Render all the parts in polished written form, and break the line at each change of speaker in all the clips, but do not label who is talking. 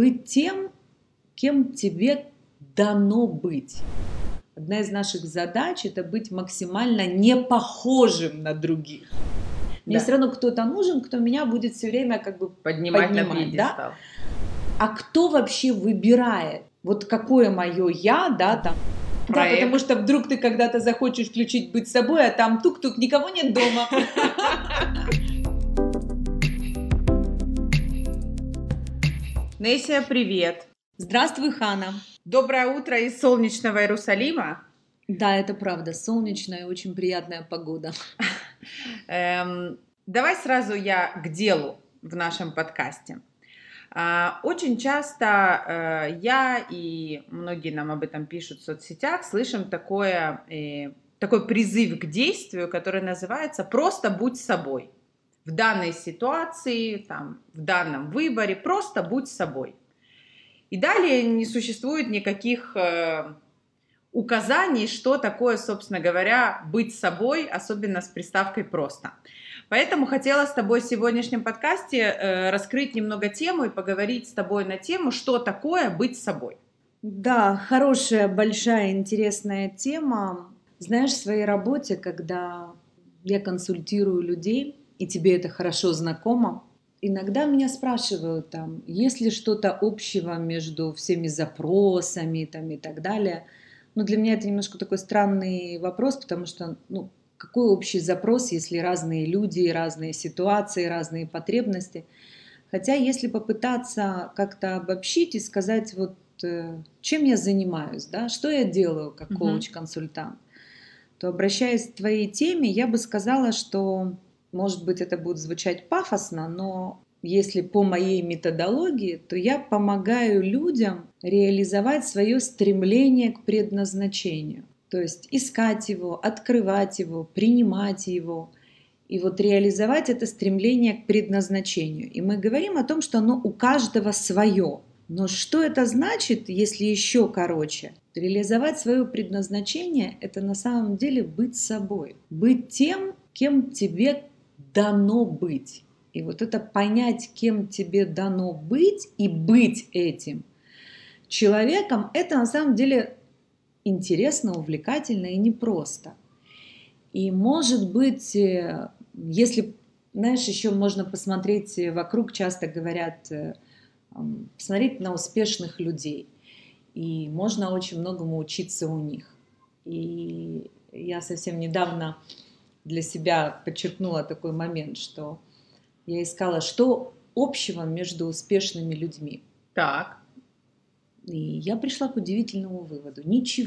быть тем, кем тебе дано быть. Одна из наших задач – это быть максимально не похожим на других. Мне все равно кто-то нужен, кто меня будет все время как бы
поднимать на пьедестал.
Да? А кто вообще выбирает? Вот какое мое я, да, там. Да, потому что вдруг ты когда-то захочешь включить «Быть собой», а там тук-тук, никого нет дома.
Неся, привет.
Здравствуй, Хана.
Доброе утро из солнечного Иерусалима.
Да, это правда, солнечная и очень приятная погода.
Давай сразу я к делу в нашем подкасте. Очень часто я и многие нам об этом пишут в соцсетях, слышим такой призыв к действию, который называется «просто будь собой». В данной ситуации, в данном выборе просто будь собой. И далее не существует никаких указаний, что такое, собственно говоря, быть собой, особенно с приставкой «просто». Поэтому хотела с тобой в сегодняшнем подкасте раскрыть немного тему и поговорить с тобой на тему, что такое быть собой.
Да, хорошая, большая, интересная тема. Знаешь, в своей работе, когда я консультирую людей, и тебе это хорошо знакомо, иногда меня спрашивают, есть ли что-то общего между всеми запросами и так далее. Но для меня это немножко такой странный вопрос, потому что, какой общий запрос, если разные люди, разные ситуации, разные потребности. Хотя, если попытаться как-то обобщить и сказать, чем я занимаюсь, да, что я делаю как коуч-консультант, то, обращаясь к твоей теме, я бы сказала, что, может быть, это будет звучать пафосно, но если по моей методологии, то я помогаю людям реализовать свое стремление к предназначению. То есть искать его, открывать его, принимать его. И реализовать это стремление к предназначению. И мы говорим о том, что оно у каждого свое. Но что это значит, если еще короче? Реализовать свое предназначение – это на самом деле быть собой. Быть тем, кем тебе дано быть. И это понять, кем тебе дано быть, и быть этим человеком, это на самом деле интересно, увлекательно и непросто. И, может быть, если, знаешь, еще можно посмотреть вокруг, часто говорят, посмотреть на успешных людей. И можно очень многому учиться у них. И я совсем недавно для себя подчеркнула такой момент, что я искала, что общего между успешными людьми.
Так.
И я пришла к удивительному выводу. Ничего.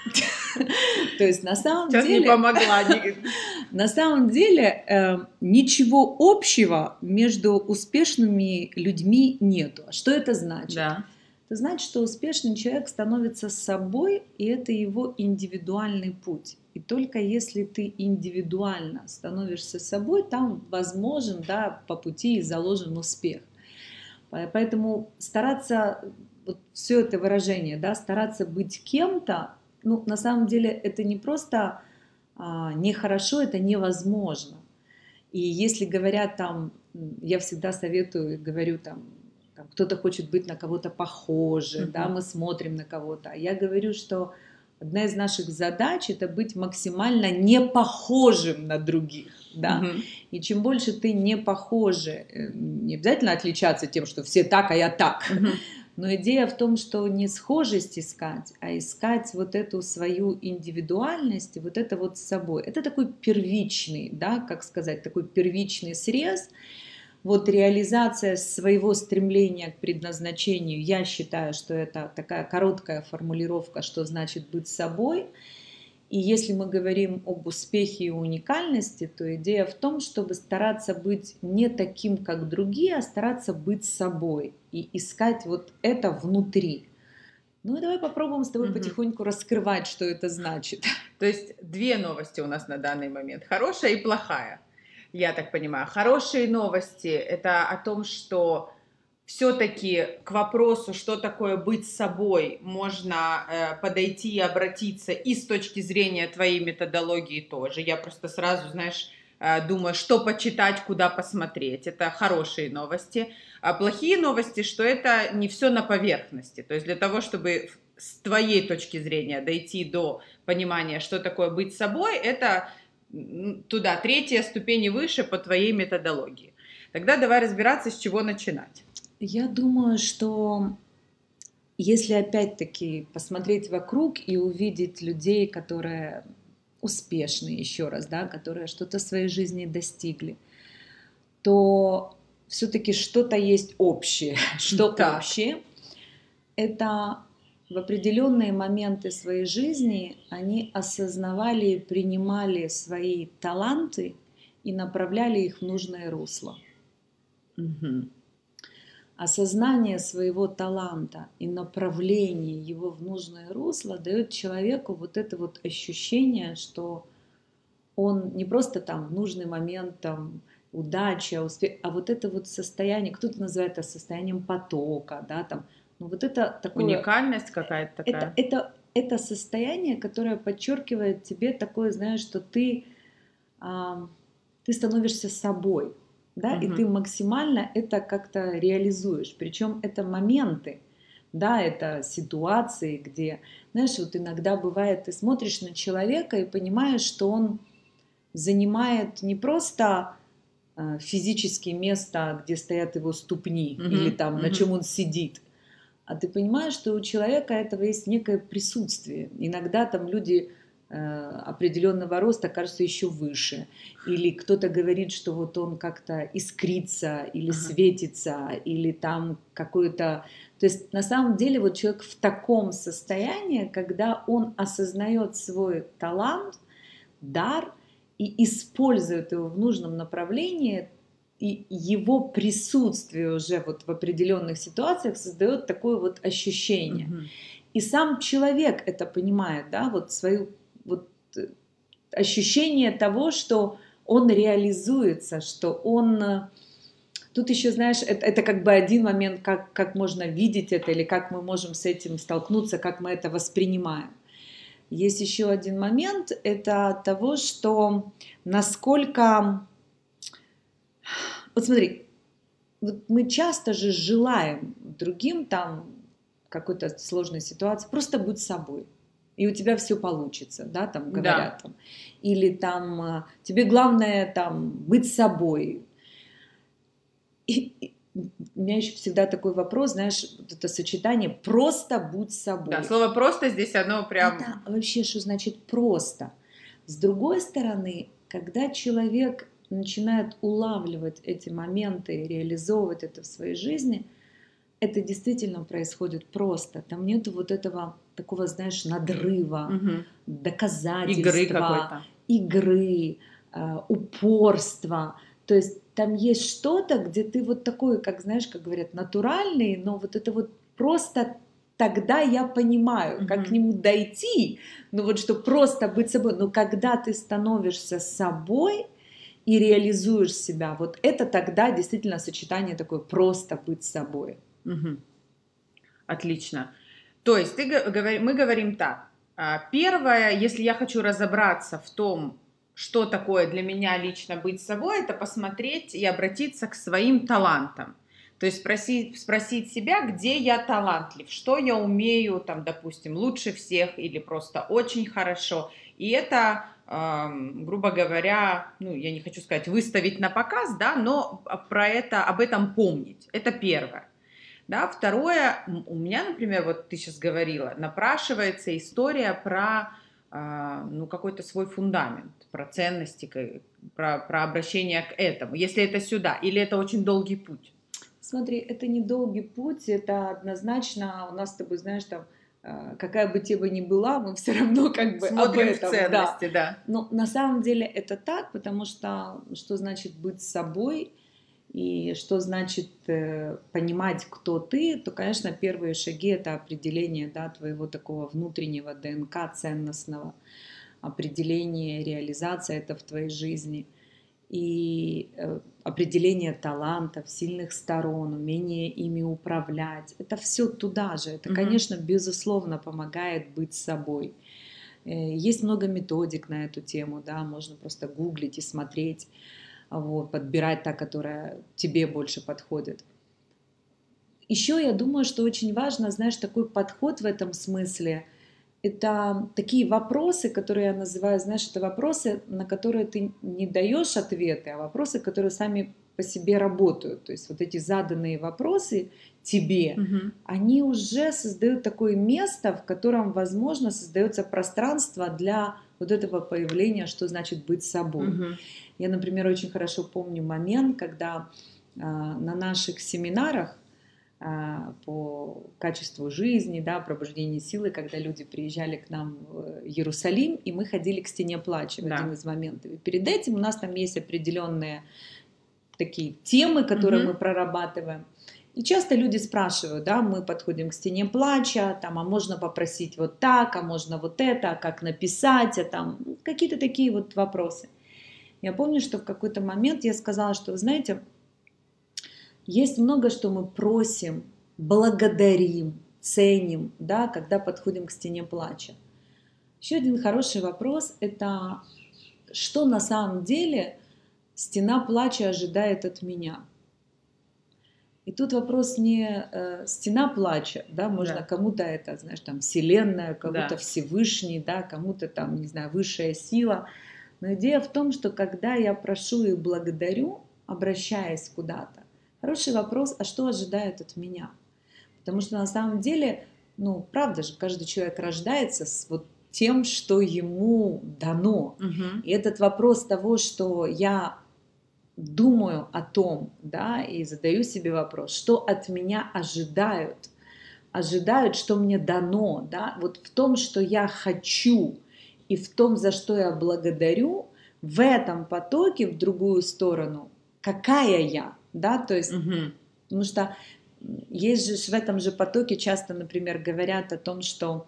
То есть на самом
деле... Сейчас не помогла.
На самом деле ничего общего между успешными людьми нету. А что это значит?
Да.
Это значит, что успешный человек становится собой, и это его индивидуальный путь. И только если ты индивидуально становишься собой, там возможен, по пути и заложен успех. Поэтому стараться, все это выражение, стараться быть кем-то, на самом деле это не просто нехорошо, это невозможно. И если говорят я всегда советую, говорю кто-то хочет быть на кого-то похожим, мы смотрим на кого-то. Я говорю, что одна из наших задач – это быть максимально не похожим на других. Да? И чем больше ты не похожи, не обязательно отличаться тем, что все так, а я так. Но идея в том, что не схожесть искать, а искать эту свою индивидуальность, и это с собой. Это такой первичный, такой первичный срез. Реализация своего стремления к предназначению, я считаю, что это такая короткая формулировка, что значит быть собой. И если мы говорим об успехе и уникальности, то идея в том, чтобы стараться быть не таким, как другие, а стараться быть собой и искать это внутри. И давай попробуем с тобой потихоньку раскрывать, что это значит.
То есть две новости у нас на данный момент, хорошая и плохая. Я так понимаю, хорошие новости – это о том, что все-таки к вопросу, что такое быть собой, можно подойти и обратиться и с точки зрения твоей методологии тоже. Я просто сразу, думаешь, что почитать, куда посмотреть. Это хорошие новости. А плохие новости, что это не все на поверхности. То есть для того, чтобы с твоей точки зрения дойти до понимания, что такое быть собой, это туда, третья ступень выше по твоей методологии. Тогда давай разбираться, с чего начинать.
Я думаю, что если опять-таки посмотреть вокруг и увидеть людей, которые успешны, еще раз, да, которые что-то в своей жизни достигли, то все-таки что-то есть общее. Что
Так.
общее? Это в определенные моменты своей жизни они осознавали и принимали свои таланты и направляли их в нужное русло.
Угу.
Осознание своего таланта и направление его в нужное русло дает человеку вот это вот ощущение, что он не просто там в нужный момент там удача, успех, а вот это вот состояние, кто-то называет это состоянием потока, да, там, ну вот это такое...
Уникальность какая-то такая.
Это состояние, которое подчеркивает тебе такое, знаешь, что ты становишься собой, да, и ты максимально это как-то реализуешь. Причем это моменты, да, это ситуации, где, знаешь, вот иногда бывает, ты смотришь на человека и понимаешь, что он занимает не просто физическое место, где стоят его ступни, или там на чем он сидит, а ты понимаешь, что у человека этого есть некое присутствие. Иногда там люди определенного роста кажутся еще выше. Или кто-то говорит, что вот он как-то искрится, или светится, или там какой-то... То есть на самом деле вот человек в таком состоянии, когда он осознает свой талант, дар и использует его в нужном направлении, и его присутствие уже вот в определенных ситуациях создает такое вот ощущение. И сам человек это понимает, да, вот свое вот ощущение того, что он реализуется, что он... Тут еще, знаешь, это как бы один момент, как можно видеть это, или как мы можем с этим столкнуться, как мы это воспринимаем. Есть еще один момент, это того, что насколько... Вот смотри, вот мы часто же желаем другим там какой-то сложной ситуации, просто будь собой, и у тебя все получится, да, там говорят,
Да.
там, или там тебе главное там быть собой. И у меня еще всегда такой вопрос, знаешь, вот это сочетание «просто будь собой».
Да, слово «просто» здесь оно прям...
Это вообще что значит «просто»? С другой стороны, когда человек начинает улавливать эти моменты и реализовывать это в своей жизни, это действительно происходит просто. Там нету вот этого такого, знаешь, надрыва, доказательства, игры, упорства. То есть там есть что-то, где ты вот такой, как, знаешь, как говорят, натуральный, но вот это вот просто тогда я понимаю, как к нему дойти, ну вот что просто быть собой. Но когда ты становишься собой и реализуешь себя, вот это тогда действительно сочетание такое просто быть собой.
Отлично. То есть мы говорим так. Первое, если я хочу разобраться в том, что такое для меня лично быть собой, это посмотреть и обратиться к своим талантам. То есть спросить себя, где я талантлив, что я умею, там, допустим, лучше всех или просто очень хорошо. И это, грубо говоря, ну, я не хочу сказать выставить на показ, да, но об этом помнить. Это первое. Да, второе, у меня, например, вот ты сейчас говорила, напрашивается история про ну, какой-то свой фундамент, про ценности, про обращение к этому, если это сюда, или это очень долгий путь?
Смотри, это не долгий путь, это однозначно у нас с тобой, знаешь, там, какая бы тема ни была, мы все равно как бы
смотрим
об этом.
В ценности, да.
Но на самом деле это так, потому что значит быть собой и что значит понимать, кто ты, то, конечно, первые шаги это определение, да, твоего такого внутреннего ДНК ценностного, определение, реализация это в твоей жизни. И определение талантов, сильных сторон, умение ими управлять. Это все туда же. Это, конечно, безусловно помогает быть собой. Есть много методик на эту тему, да, можно просто гуглить и смотреть, вот, подбирать та, которая тебе больше подходит. Еще я думаю, что очень важно, знаешь, такой подход в этом смысле. Это такие вопросы, которые я называю, знаешь, это вопросы, на которые ты не даешь ответы, а вопросы, которые сами по себе работают. То есть вот эти заданные вопросы тебе, они уже создают такое место, в котором, возможно, создается пространство для вот этого появления, что значит быть собой. Я, например, очень хорошо помню момент, когда на наших семинарах по качеству жизни, да, пробуждению силы, когда люди приезжали к нам в Иерусалим, и мы ходили к стене плача в один из моментов. И перед этим у нас там есть определенные такие темы, которые мы прорабатываем. И часто люди спрашивают, да, мы подходим к стене плача, там, а можно попросить вот так, а можно вот это, а как написать, а там какие-то такие вот вопросы. Я помню, что в какой-то момент я сказала, что, вы знаете, есть много, что мы просим, благодарим, ценим, да, когда подходим к стене плача. Еще один хороший вопрос – это что на самом деле стена плача ожидает от меня. И тут вопрос не стена плача, да, можно кому-то это, знаешь, там Вселенная, кому-то Всевышний, да, кому-то там, не знаю, высшая сила. Но идея в том, что когда я прошу и благодарю, обращаясь куда-то, хороший вопрос, а что ожидают от меня? Потому что на самом деле, ну, правда же, каждый человек рождается с вот тем, что ему дано. И этот вопрос того, что я думаю о том, да, и задаю себе вопрос, что от меня ожидают, что мне дано, да, вот в том, что я хочу, и в том, за что я благодарю, в этом потоке в другую сторону, какая я, да, то есть, потому что есть же в этом же потоке часто, например, говорят о том, что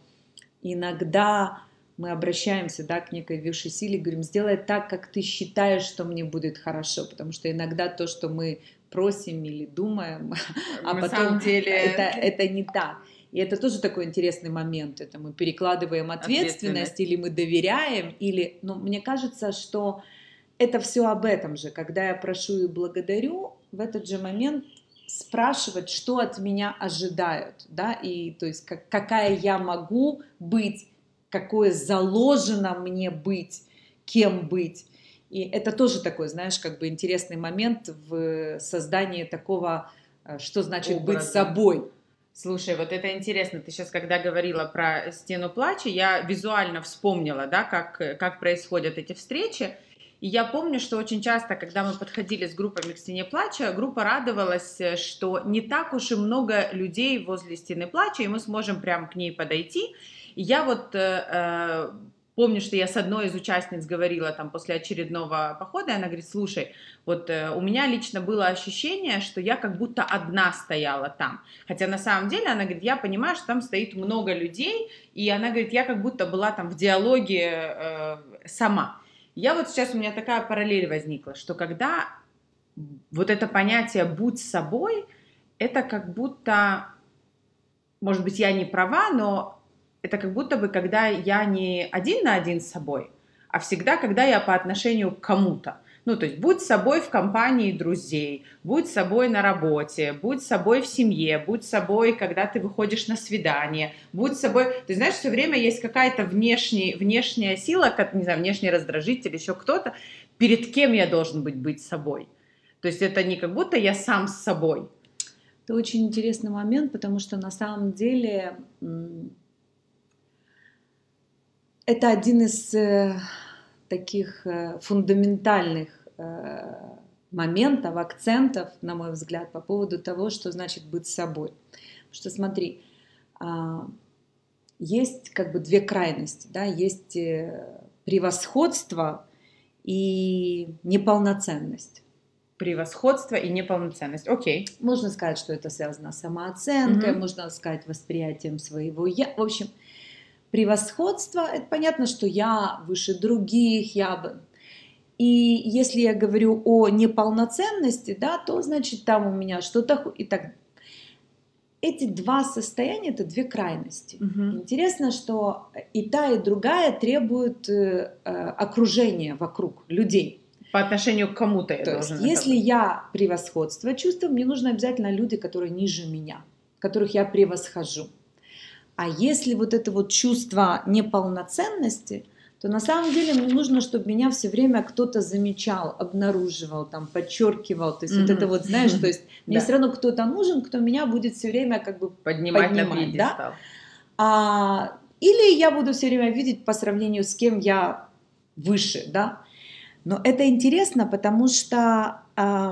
иногда мы обращаемся, да, к некой высшей силе, говорим, сделай так, как ты считаешь, что мне будет хорошо, потому что иногда то, что мы просим или думаем, а потом
самом деле...
это не так. И это тоже такой интересный момент. Это мы перекладываем ответственность или мы доверяем, или, ну, мне кажется, что это все об этом же. Когда я прошу и благодарю, в этот же момент спрашивать, что от меня ожидают, да, и то есть какая я могу быть, какое заложено мне быть, кем быть. И это тоже такой, знаешь, как бы интересный момент в создании такого, что значит образа. Быть собой.
Слушай, вот это интересно. Ты сейчас, когда говорила про стену плача, я визуально вспомнила, да, как происходят эти встречи. И я помню, что очень часто, когда мы подходили с группами к стене плача, группа радовалась, что не так уж и много людей возле стены плача, и мы сможем прямо к ней подойти. И я вот помню, что я с одной из участниц говорила там после очередного похода, и она говорит, слушай, вот у меня лично было ощущение, что я как будто одна стояла там. Хотя на самом деле, она говорит, я понимаю, что там стоит много людей, и она говорит, я как будто была там в диалоге сама. Я вот сейчас, у меня такая параллель возникла, что когда вот это понятие «будь собой», это как будто, может быть, я не права, но это как будто бы, когда я не один на один с собой, а всегда, когда я по отношению к кому-то. Ну, то есть, будь собой в компании друзей, будь собой на работе, будь собой в семье, будь собой, когда ты выходишь на свидание, будь собой... Ты знаешь, все время есть какая-то внешняя сила, не знаю, внешний раздражитель, еще кто-то, перед кем я должен быть собой. То есть, это не как будто я сам с собой.
Это очень интересный момент, потому что на самом деле это один из таких фундаментальных моментов, акцентов, на мой взгляд, по поводу того, что значит быть собой. Потому что смотри, есть как бы две крайности, да, есть превосходство и неполноценность.
Превосходство и неполноценность. Окей.
Можно сказать, что это связано с самооценкой, можно сказать восприятием своего я. В общем, превосходство, это понятно, что я выше других, И если я говорю о неполноценности, да, то значит там у меня что-то и так. эти два состояния – это две крайности.
Мгм.
Интересно, что и та, и другая требуют окружения вокруг людей.
По отношению к кому-то я
То есть,
должен это
если
быть.
я превосходство чувствую, мне нужно обязательно люди, которые ниже меня, которых я превосхожу. А если вот это вот чувство неполноценности, то на самом деле мне нужно, чтобы меня все время кто-то замечал, обнаруживал, там, подчеркивал. То есть вот это вот, знаешь, то есть мне
Да.
все равно кто-то нужен, кто меня будет все время как бы
Поднимать на
поднимать, да?
пьедестал.
Или я буду все время видеть по сравнению с кем я выше, да? Но это интересно, потому что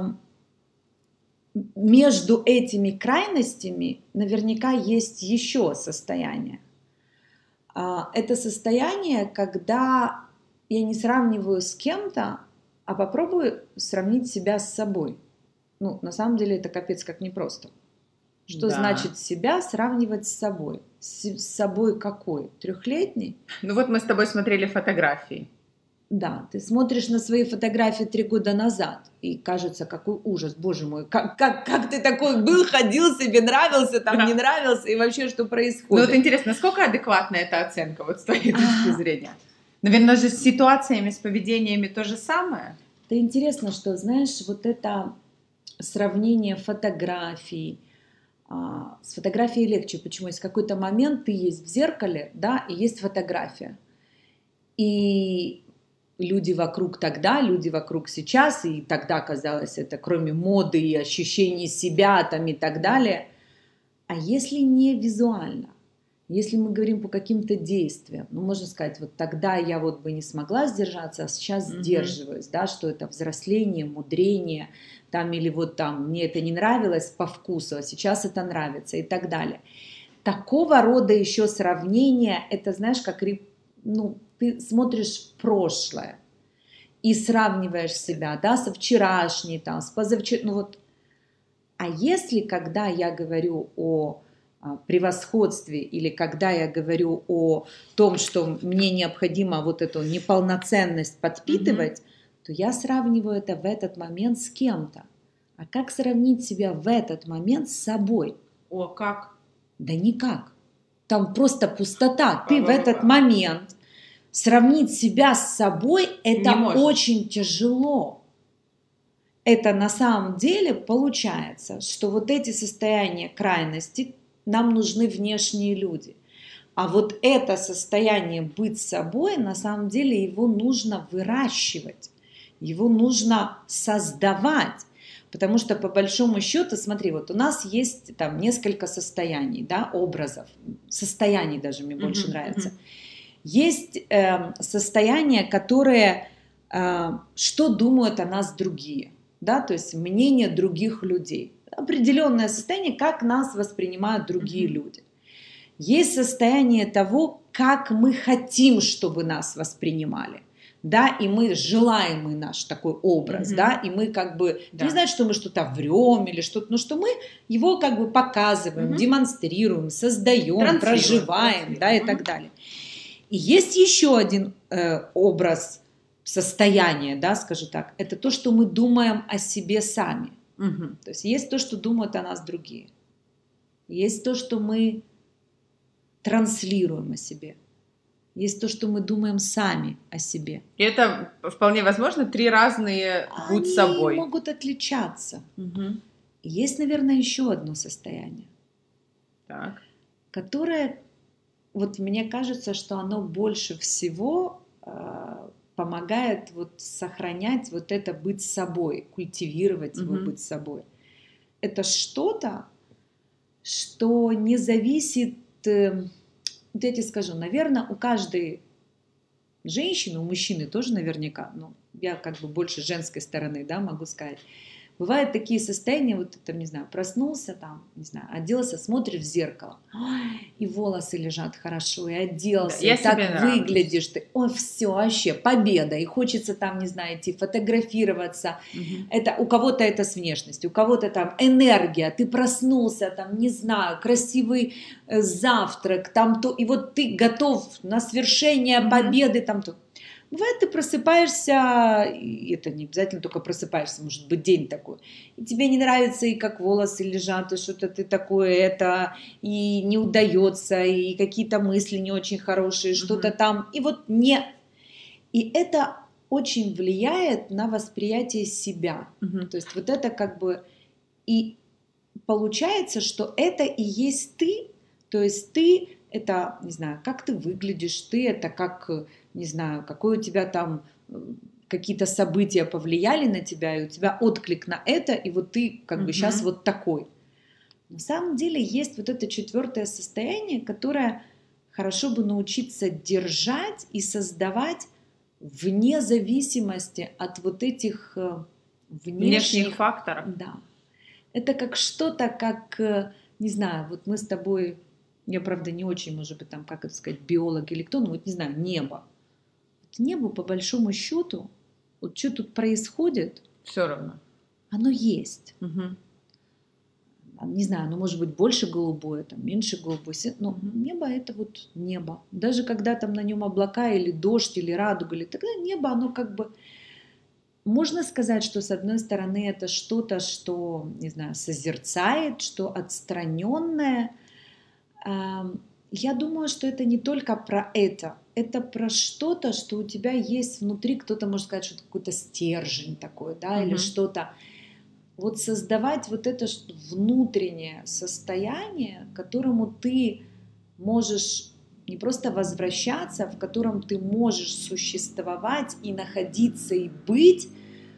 между этими крайностями наверняка есть еще состояние. Это состояние, когда я не сравниваю с кем-то, а попробую сравнить себя с собой. Ну, на самом деле это капец как непросто. Что
Да.
значит себя сравнивать с собой? С собой какой? 3-летний?
Ну вот мы с тобой смотрели фотографии.
Да, ты смотришь на свои фотографии 3 года назад, и кажется, какой ужас, боже мой, как ты такой был, ходил, себе нравился, там
Да.
не нравился, и вообще что
Ну
происходит?
вот интересно, насколько адекватна эта оценка вот с твоей точки зрения? Наверное же с ситуациями, с поведениями то же самое?
Это интересно, что, знаешь, вот это сравнение фотографий, с фотографией легче. Почему? Есть какой-то момент, ты есть в зеркале, да, и есть фотография. И люди вокруг тогда, люди вокруг сейчас, и тогда казалось это, кроме моды и ощущений себя там и так далее. А если не визуально? Если мы говорим по каким-то действиям, ну, можно сказать, вот тогда я вот бы не смогла сдержаться, а сейчас сдерживаюсь, да, что это взросление, мудрение, там, или вот там, мне это не нравилось по вкусу, а сейчас это нравится и так далее. Такого рода еще сравнения, это, знаешь, как, ну, ты смотришь в прошлое и сравниваешь себя, да, со вчерашней, там, с позавчерашней, ну вот. А если, когда я говорю о превосходстве или когда я говорю о том, что мне необходимо вот эту неполноценность подпитывать, то я сравниваю это в этот момент с кем-то. А как сравнить себя в этот момент с собой?
О, как?
Да никак. Там просто пустота. Ты в этот момент сравнить себя с собой – это очень тяжело. Это на самом деле получается, что вот эти состояния крайности нам нужны внешние люди. А вот это состояние быть собой, на самом деле его нужно выращивать, его нужно создавать. Потому что по большому счету, смотри, вот у нас есть там несколько состояний, да, образов, состояний даже мне больше нравится. Есть состояния, которые, что думают о нас другие. Да, то есть мнение других людей. Определенное состояние, как нас воспринимают другие люди. Есть состояние того, как мы хотим, чтобы нас воспринимали. Да, и мы желаемый наш такой образ, да, и мы как бы, не знаю, что мы что-то врем или что-то, но что мы его как бы показываем, демонстрируем, создаем, проживаем, да, и так далее. И есть еще один образ состояние, да, скажу так, это то, что мы думаем о себе сами. То есть есть то, что думают о нас другие. Есть то, что мы транслируем о себе. Есть то, что мы думаем сами о себе.
И это вполне возможно 3 разные «будь собой».
Они могут отличаться. И есть, наверное, еще одно состояние, которое, вот мне кажется, что оно больше всего помогает вот сохранять вот это быть собой, культивировать его быть собой. Это что-то, что не зависит, вот я тебе скажу, наверное, у каждой женщины, у мужчины тоже наверняка, но я как бы больше женской стороны, да, могу сказать. Бывают такие состояния, вот там, не знаю, проснулся там, не знаю, оделся, смотришь в зеркало, и волосы лежат хорошо, и оделся, да, и так выглядишь ты, ой, все, вообще, победа, и хочется там, не знаю, идти фотографироваться, это, у кого-то это с внешностью, у кого-то там энергия, ты проснулся, там, не знаю, красивый завтрак, там то, и вот ты готов на свершение победы, там то. Бывает, ты просыпаешься, и это не обязательно только просыпаешься, может быть день такой, и тебе не нравится, и как волосы лежат, и что-то ты такое, это, и не удается, и какие-то мысли не очень хорошие, что-то там, и вот не. И это очень влияет на восприятие себя. То есть вот это как бы, и получается, что это и есть ты, то есть ты это, не знаю, как ты выглядишь, ты это как, не знаю, какой у тебя там какие-то события повлияли на тебя, и у тебя отклик на это, и вот ты как бы сейчас вот такой. На самом деле есть вот это четвертое состояние, которое хорошо бы научиться держать и создавать вне зависимости от вот этих внешних
факторов.
Да. Это как что-то, как, не знаю, вот мы с тобой, я, правда, не очень, может быть, там, как это сказать, биолог или кто, но вот, не знаю, небо. Вот небо, по большому счету, вот что тут происходит,
все равно.
Оно есть. Не знаю, оно может быть больше голубое, там, меньше голубое, но небо это вот небо. Даже когда там на нем облака или дождь, или радуга, или тогда небо, оно как бы... Можно сказать, что с одной стороны это что-то, что, не знаю, созерцает, что отстраненное. Я думаю, что это не только про это про что-то, что у тебя есть внутри, кто-то может сказать, что это какой-то стержень такой, да, или что-то. Вот создавать вот это внутреннее состояние, к которому ты можешь не просто возвращаться, в котором ты можешь существовать и находиться и быть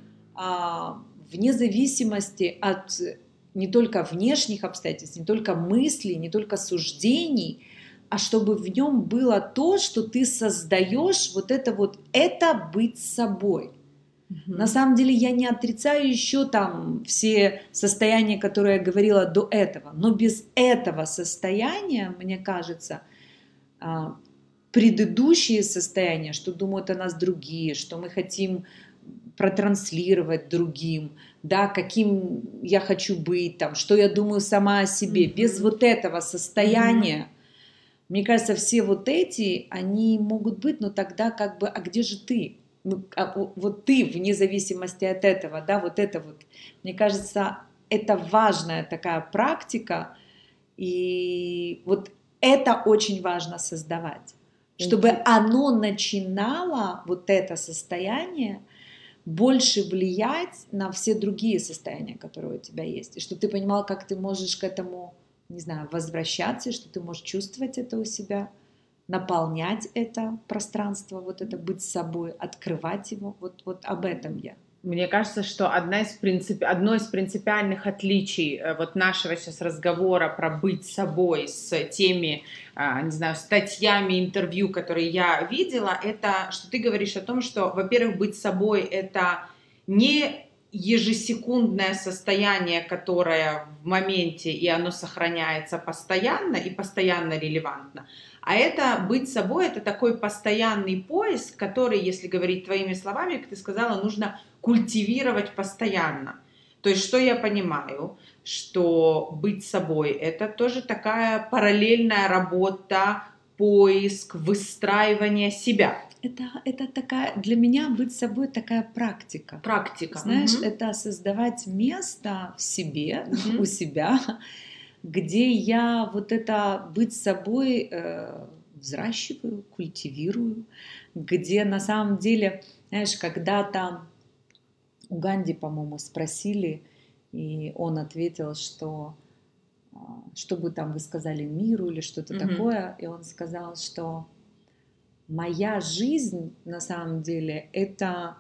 вне зависимости от не только внешних обстоятельств, не только мыслей, не только суждений, а чтобы в нем было то, что ты создаешь, вот это быть собой. На самом деле я не отрицаю еще там все состояния, которые я говорила до этого, но без этого состояния, мне кажется, предыдущие состояния, что думают о нас другие, что мы хотим протранслировать другим, да, каким я хочу быть, там, что я думаю сама о себе, без вот этого состояния, мне кажется, все вот эти, они могут быть, но тогда как бы, а где же ты? Вот ты, вне зависимости от этого, да, вот это вот, мне кажется, это важная такая практика, и вот это очень важно создавать, чтобы оно начинало, вот это состояние, больше влиять на все другие состояния, которые у тебя есть, и чтобы ты понимал, как ты можешь к этому, не знаю, возвращаться, что ты можешь чувствовать это у себя, наполнять это пространство, вот это быть собой, открывать его, вот об этом я.
Мне кажется, что одно из принципиальных отличий вот нашего сейчас разговора про быть собой с теми, не знаю, статьями, интервью, которые я видела, это что ты говоришь о том, что, во-первых, быть собой — это не ежесекундное состояние, которое в моменте, и оно сохраняется постоянно и постоянно релевантно, а это быть собой, это такой постоянный поиск, который, если говорить твоими словами, как ты сказала, нужно культивировать постоянно. То есть, что я понимаю, что быть собой — это тоже такая параллельная работа, поиск, выстраивание себя.
Это такая, для меня быть собой такая практика.
Практика.
Знаешь, это создавать место в себе, у себя, где я вот это быть собой взращиваю, культивирую, где на самом деле, знаешь, когда-то у Ганди, по-моему, спросили, и он ответил, что бы там вы сказали миру или что-то такое, и он сказал, что моя жизнь на самом деле это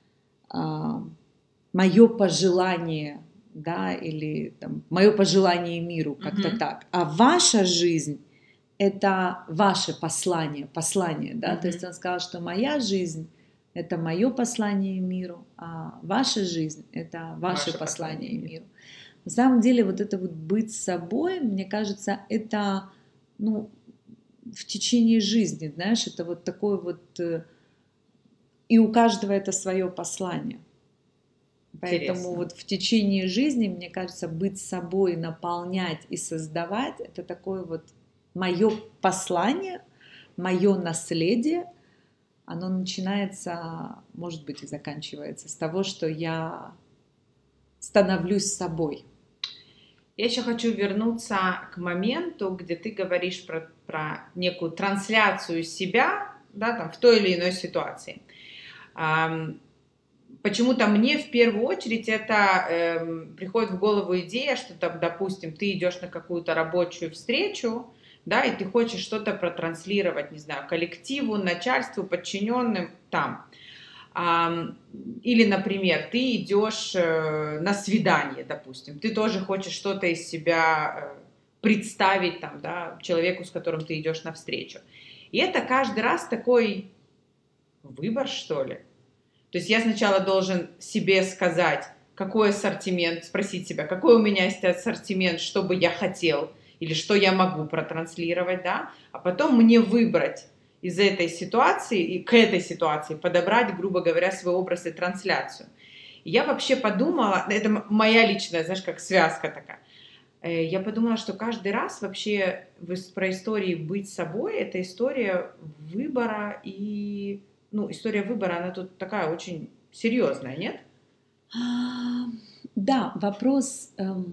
мое пожелание, да, или там, мое пожелание миру, как-то так. А ваша жизнь это ваше послание, да, то есть он сказал, что моя жизнь это мое послание миру, а ваша жизнь это ваше послание миру. На самом деле вот это вот быть собой, мне кажется, это, ну, в течение жизни, знаешь, это вот такое вот, и у каждого это свое послание. Поэтому
Интересно.
вот в течение жизни, мне кажется, быть собой, наполнять и создавать, это такое вот мое послание, мое наследие, оно начинается, может быть, и заканчивается с того, что я становлюсь собой.
Я еще хочу вернуться к моменту, где ты говоришь про некую трансляцию себя, да, там, в той или иной ситуации. Почему-то мне в первую очередь это приходит в голову идея, что там, допустим, ты идешь на какую-то рабочую встречу, да, и ты хочешь что-то протранслировать, не знаю, коллективу, начальству, подчиненным там. Или, например, ты идешь на свидание, допустим, ты тоже хочешь что-то из себя представить там, да, человеку, с которым ты идешь навстречу. И это каждый раз такой выбор, что ли. То есть я сначала должен себе сказать, какой ассортимент, спросить себя, какой у меня есть ассортимент, что бы я хотел, или что я могу протранслировать, да, а потом мне выбрать из этой ситуации и к этой ситуации подобрать, грубо говоря, свой образ и трансляцию. И я вообще подумала, это моя личная, знаешь, как связка такая, я подумала, что каждый раз вообще про истории быть собой, это история выбора и, ну, история выбора, она тут такая очень серьезная, нет?
Да, вопрос,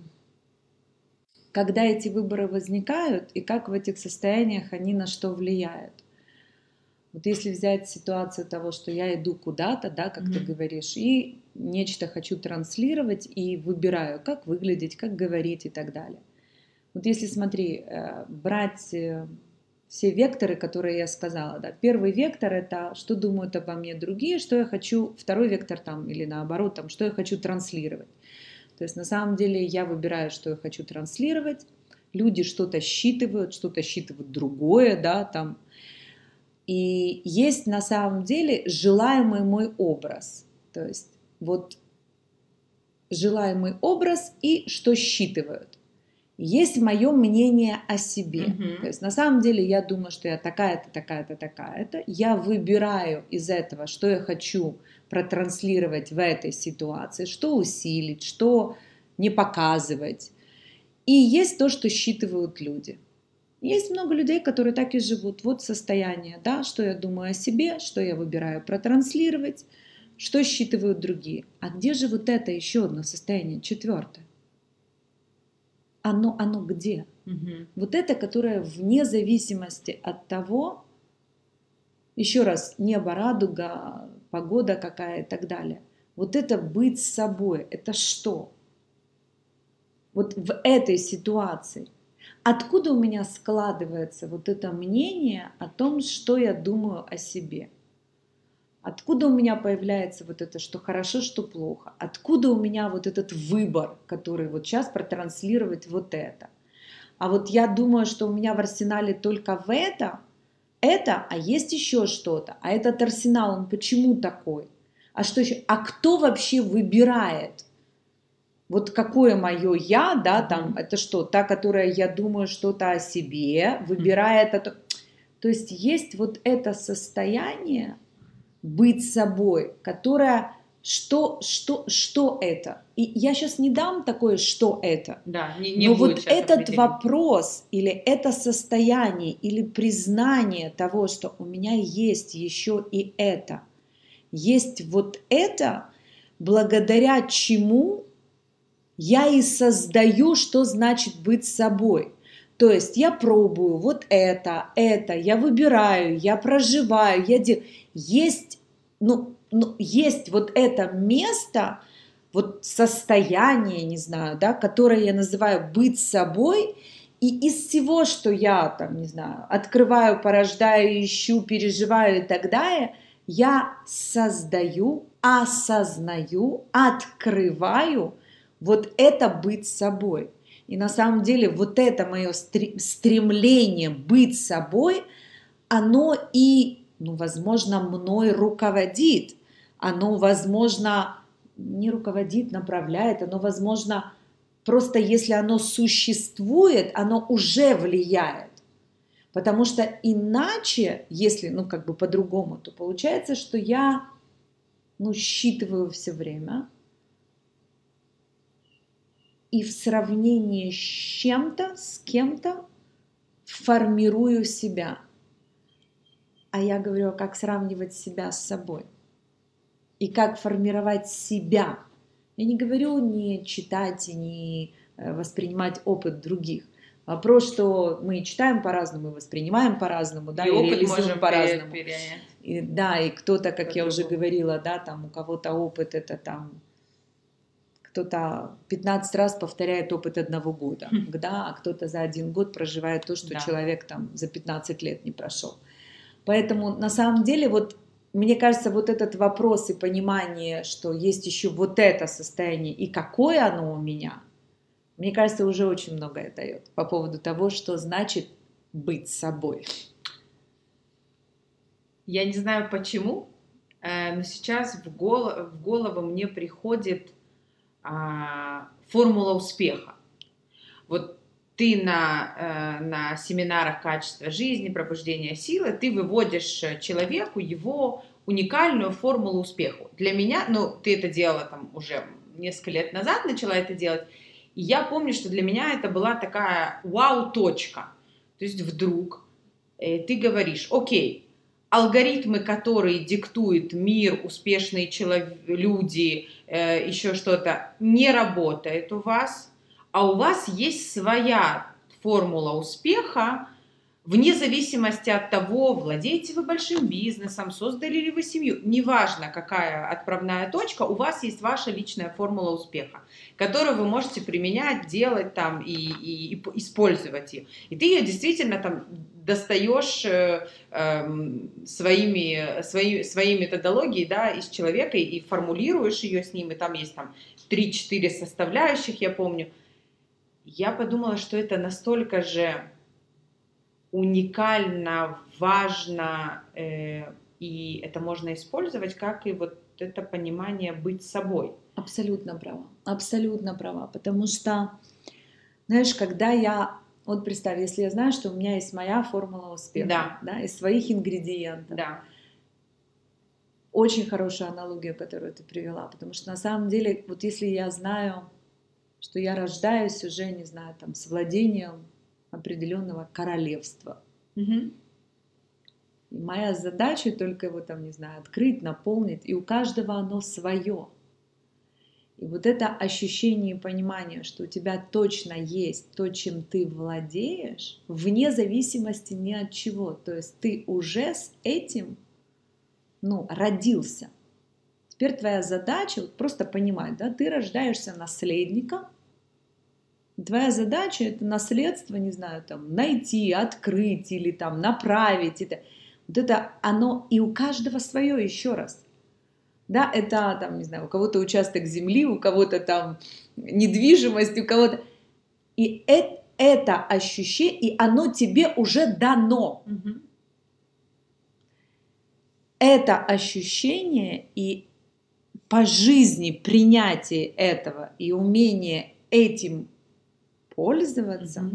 когда эти выборы возникают и как в этих состояниях они на что влияют. Вот если взять ситуацию того, что я иду куда-то, да, как ты говоришь, и нечто хочу транслировать, и выбираю, как выглядеть, как говорить и так далее. Вот если, смотри, брать все векторы, которые я сказала, да, первый вектор — это что думают обо мне другие, что я хочу, второй вектор там, или наоборот, там, что я хочу транслировать. То есть на самом деле я выбираю, что я хочу транслировать, люди что-то считывают другое, да, там. И есть на самом деле желаемый мой образ. То есть вот желаемый образ и что считывают. Есть мое мнение о себе. То есть на самом деле я думаю, что я такая-то, такая-то, такая-то. Я выбираю из этого, что я хочу протранслировать в этой ситуации, что усилить, что не показывать. И есть то, что считывают люди. Есть много людей, которые так и живут. Вот состояние, да, что я думаю о себе, что я выбираю протранслировать, что считывают другие. А где же вот это еще одно состояние, четвертое? Оно где? Вот это, которое вне зависимости от того, еще раз, небо, радуга, погода какая и так далее. Вот это быть собой, это что? Вот в этой ситуации. Откуда у меня складывается вот это мнение о том, что я думаю о себе? Откуда у меня появляется вот это, что хорошо, что плохо? Откуда у меня вот этот выбор, который вот сейчас протранслировать вот это? А вот я думаю, что у меня в арсенале только в а есть еще что-то. А этот арсенал, он почему такой? А что еще? А кто вообще выбирает? Вот какое мое я, да, там, это что, та, которая я думаю что-то о себе, выбирает это. То есть есть вот это состояние быть собой, которое что это? И я сейчас не дам такое, что это.
Да, не
Но
будет
вот
сейчас
этот
определить.
вопрос или это состояние или признание того, что у меня есть еще и это, есть вот это, благодаря чему я и создаю, что значит быть собой. То есть я пробую вот это, я выбираю, я проживаю, я делаю. Есть, есть вот это место, вот состояние, не знаю, да, которое я называю быть собой, и из всего, что я там, не знаю, открываю, порождаю, ищу, переживаю и так далее, я создаю, осознаю, открываю вот это быть собой. И на самом деле вот это мое стремление быть собой, оно и, возможно, мной руководит. Оно, возможно, не руководит, направляет. Оно, возможно, просто если оно существует, оно уже влияет. Потому что иначе, если, как бы по-другому, то получается, что я, считываю все время, и в сравнении с чем-то, с кем-то формирую себя. А я говорю, как сравнивать себя с собой. И как формировать себя. Я не говорю не читать и не воспринимать опыт других. Вопрос, что мы читаем по-разному, воспринимаем по-разному, да,
и опыт
реализуем
можем
по-разному.
перенять.
И, да, и кто-то, как я уже говорила, да, там у кого-то опыт это там, кто-то 15 раз повторяет опыт 1 года, да, а кто-то за 1 год проживает то, что человек там за 15 лет не прошел. Поэтому на самом деле вот мне кажется, вот этот вопрос и понимание, что есть еще вот это состояние и какое оно у меня, мне кажется, уже очень многое дает по поводу того, что значит быть собой.
Я не знаю почему, но сейчас в голову мне приходит формула успеха. Вот ты на семинарах качества жизни, пробуждения силы, ты выводишь человеку его уникальную формулу успеха. Для меня, ну, ты это делала там уже несколько лет назад, начала это делать, и я помню, что для меня это была такая вау-точка. То есть вдруг ты говоришь, окей, алгоритмы, которые диктует мир, успешные люди, еще что-то, не работает у вас, а у вас есть своя формула успеха, вне зависимости от того, владеете вы большим бизнесом, создали ли вы семью, неважно, какая отправная точка, у вас есть ваша личная формула успеха, которую вы можете применять, делать там и использовать ее. И ты ее действительно там достаешь своей методологией, да, из человека и формулируешь ее с ним, и там есть там 3-4 составляющих, я помню. Я подумала, что это настолько же уникально, важно, и это можно использовать, как и вот это понимание быть собой.
Абсолютно права, потому что, знаешь, когда я, вот представь, если я знаю, что у меня есть моя формула успеха, да, из своих ингредиентов,
да.
Очень хорошая аналогия, которую ты привела, потому что на самом деле, вот если я знаю, что я рождаюсь уже, не знаю, там, с владением определенного королевства.
Угу.
И моя задача только его там, не знаю, открыть, наполнить, и у каждого оно свое. И вот это ощущение и понимание, что у тебя точно есть то, чем ты владеешь, вне зависимости ни от чего. То есть ты уже с этим, родился. Теперь твоя задача вот просто понимать, да, ты рождаешься наследником. Твоя задача это наследство, не знаю, там, найти, открыть или там направить. Вот это оно и у каждого свое, еще раз. Да, это там, не знаю, у кого-то участок земли, у кого-то там недвижимость, у кого-то. И это ощущение, и оно тебе уже дано.
Угу.
Это ощущение и по жизни принятие этого и умение этим пользоваться,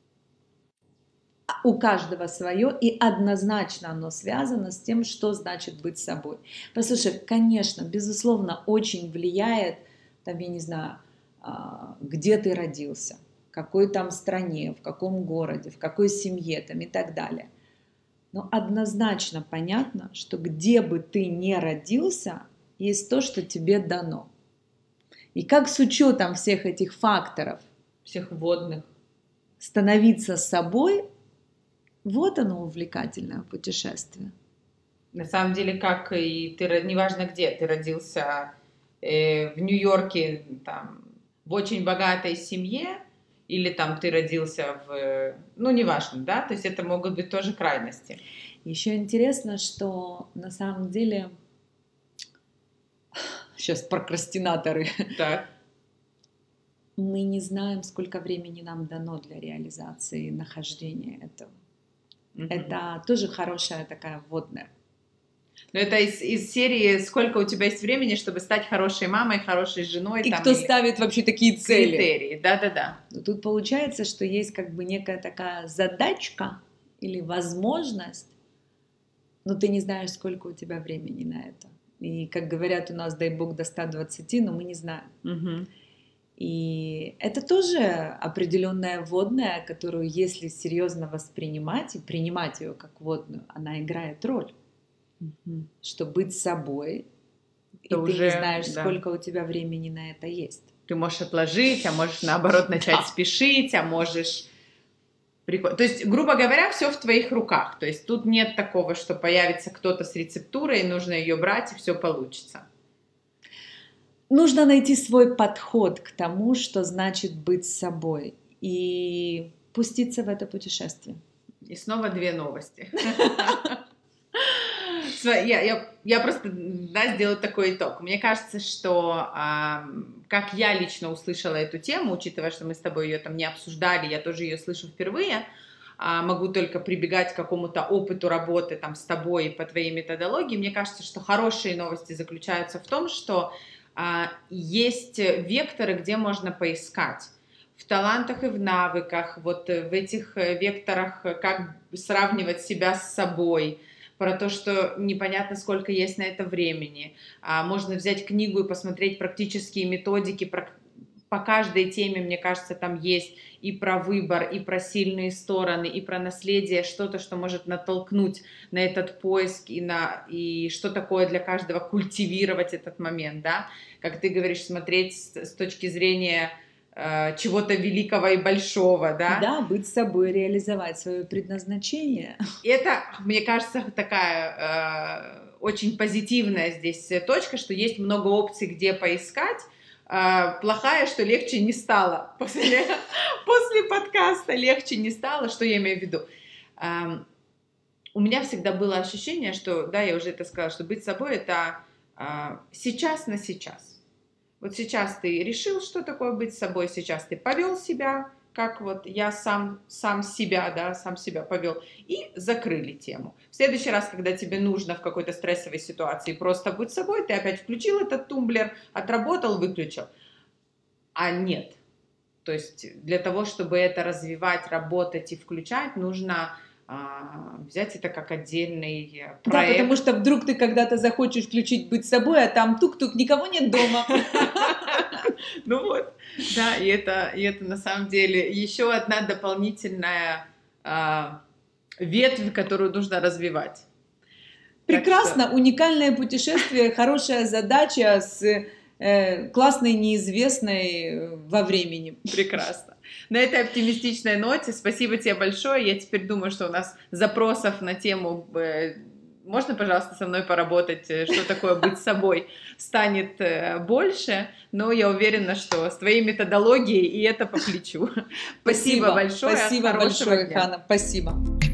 у каждого свое, и однозначно оно связано с тем, что значит быть собой. Послушай, конечно, безусловно, очень влияет, там, я не знаю, где ты родился, в какой там стране, в каком городе, в какой семье там и так далее. Но однозначно понятно, что где бы ты ни родился, есть то, что тебе дано. И как с учетом всех этих факторов,
всех вводных,
становиться собой, вот оно увлекательное путешествие.
На самом деле, как и ты, неважно где, ты родился в Нью-Йорке, там, в очень богатой семье, или там ты родился неважно, да, то есть это могут быть тоже крайности.
Еще интересно, что на самом деле, сейчас прокрастинаторы,
так.
Мы не знаем, сколько времени нам дано для реализации нахождения этого. Угу. Это тоже хорошая такая вводная.
Но это из серии «Сколько у тебя есть времени, чтобы стать хорошей мамой, хорошей женой?»
И там, кто ставит вообще такие цели.
Критерии, да-да-да.
Но тут получается, что есть как бы некая такая задачка или возможность, но ты не знаешь, сколько у тебя времени на это. И, как говорят у нас, дай бог до 120, но мы не знаем.
Угу.
И это тоже определенная вводная, которую, если серьезно воспринимать и принимать ее как вводную, она играет роль. что быть собой,
то
и
уже,
ты не знаешь,
да,
сколько у тебя времени на это есть.
Ты можешь отложить, а можешь наоборот начать спешить, а можешь... То есть, грубо говоря, все в твоих руках. То есть тут нет такого, что появится кто-то с рецептурой, и нужно ее брать, и все получится.
Нужно найти свой подход к тому, что значит быть собой, и пуститься в это путешествие.
И снова 2 новости. Я просто сделаю такой итог. Мне кажется, что как я лично услышала эту тему, учитывая, что мы с тобой ее там не обсуждали, я тоже ее слышу впервые, могу только прибегать к какому-то опыту работы там с тобой по твоей методологии. Мне кажется, что хорошие новости заключаются в том, что есть векторы, где можно поискать. В талантах и в навыках, вот в этих векторах, как сравнивать себя с собой, про то, что непонятно, сколько есть на это времени. Можно взять книгу и посмотреть практические методики по каждой теме, мне кажется, там есть и про выбор, и про сильные стороны, и про наследие, что-то, что может натолкнуть на этот поиск, и что такое для каждого культивировать этот момент, да? Как ты говоришь, смотреть с точки зрения чего-то великого и большого, да?
Да, быть собой, реализовать свое предназначение.
Это, мне кажется, такая очень позитивная здесь точка, что есть много опций, где поискать. Плохая, что легче не стало. После подкаста легче не стало. Что я имею в виду? У меня всегда было ощущение, что, да, я уже это сказала, что быть собой — это сейчас на сейчас. Вот сейчас ты решил, что такое быть собой, сейчас ты повел себя, как вот я сам себя, да, сам себя повел, и закрыли тему. В следующий раз, когда тебе нужно в какой-то стрессовой ситуации просто быть собой, ты опять включил этот тумблер, отработал, выключил. А нет. То есть для того, чтобы это развивать, работать и включать, нужно взять это как отдельный проект.
Да, потому что вдруг ты когда-то захочешь включить быть собой, а там тук-тук, никого нет дома.
Ну вот, да, и это на самом деле еще одна дополнительная ветвь, которую нужно развивать.
Прекрасно, уникальное путешествие, хорошая задача с классной неизвестной во времени.
Прекрасно. На этой оптимистичной ноте спасибо тебе большое. Я теперь думаю, что у нас запросов на тему «Можно, пожалуйста, со мной поработать, что такое быть собой?» станет больше, но я уверена, что с твоей методологией и это по плечу. Спасибо большое.
Спасибо большое, Ханна. Спасибо.